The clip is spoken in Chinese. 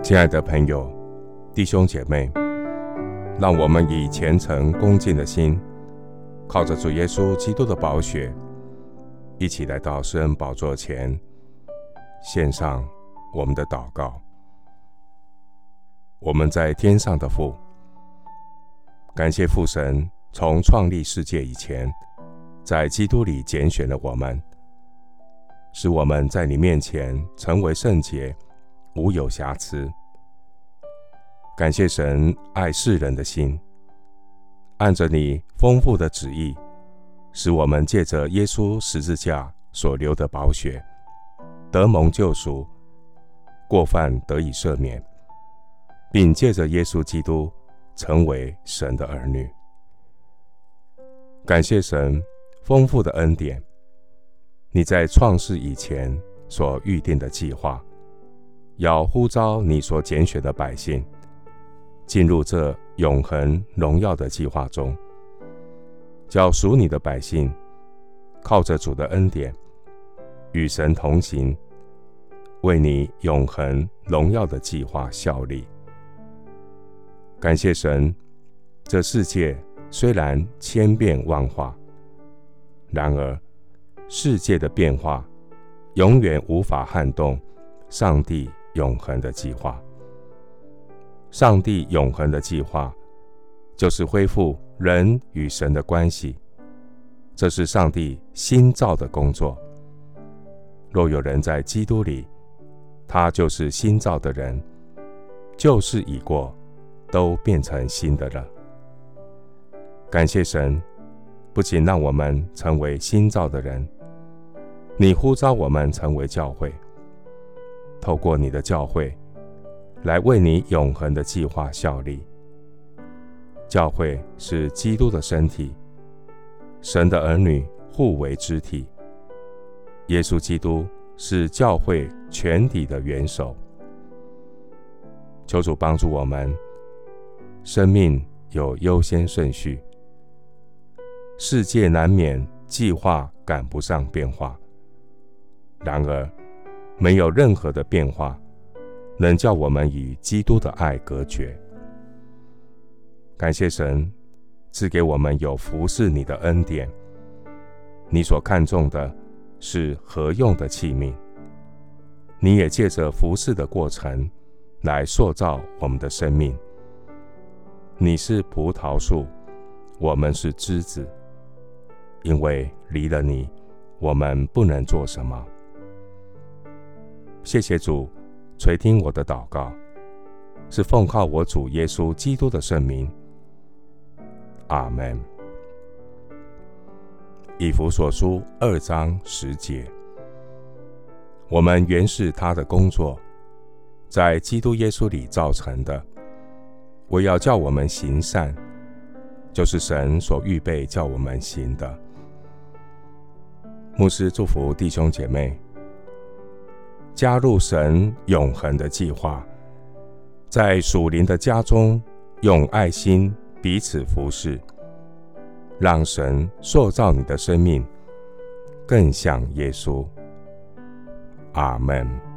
亲爱的朋友、弟兄姐妹，让我们以虔诚恭敬的心，靠着主耶稣基督的宝血，一起来到施恩宝座前，献上我们的祷告。我们在天上的父，感谢父神从创立世界以前，在基督里拣选了我们，使我们在你面前成为圣洁，无有瑕疵。感谢神爱世人的心，按着你丰富的旨意，使我们借着耶稣十字架所流的宝血，得蒙救赎，过犯得以赦免，并借着耶稣基督成为神的儿女。感谢神丰富的恩典，你在创世以前所预定的计划，要呼召你所拣选的百姓进入这永恒荣耀的计划中，叫属你的百姓靠着主的恩典与神同行，为你永恒荣耀的计划效力。感谢神，这世界虽然千变万化，然而世界的变化永远无法撼动上帝永恒的计划。上帝永恒的计划就是恢复人与神的关系，这是上帝新造的工作。若有人在基督里，他就是新造的人，旧事已过，都变成新的了。感谢神，不仅让我们成为新造的人，你呼召我们成为教会，透过你的教会来为你永恒的计划效力。教会是基督的身体，神的儿女互为肢体，耶稣基督是教会全体的元首。求主帮助我们，生命有优先顺序，世界难免计划赶不上变化，然而没有任何的变化能叫我们与基督的爱隔绝。感谢神赐给我们有服侍你的恩典，你所看重的是合用的器皿，你也借着服侍的过程来塑造我们的生命。你是葡萄树，我们是枝子，因为离了你，我们不能做什么。谢谢主垂听我的祷告，是奉靠我主耶稣基督的圣名。阿们。以弗所书2章10节，我们原是他的工作，在基督耶稣里造成的，为要叫我们行善，就是神所预备叫我们行的。牧师祝福弟兄姐妹，加入神永恒的计划，在属灵的家中用爱心彼此服侍，让神塑造你的生命更像耶稣。阿们。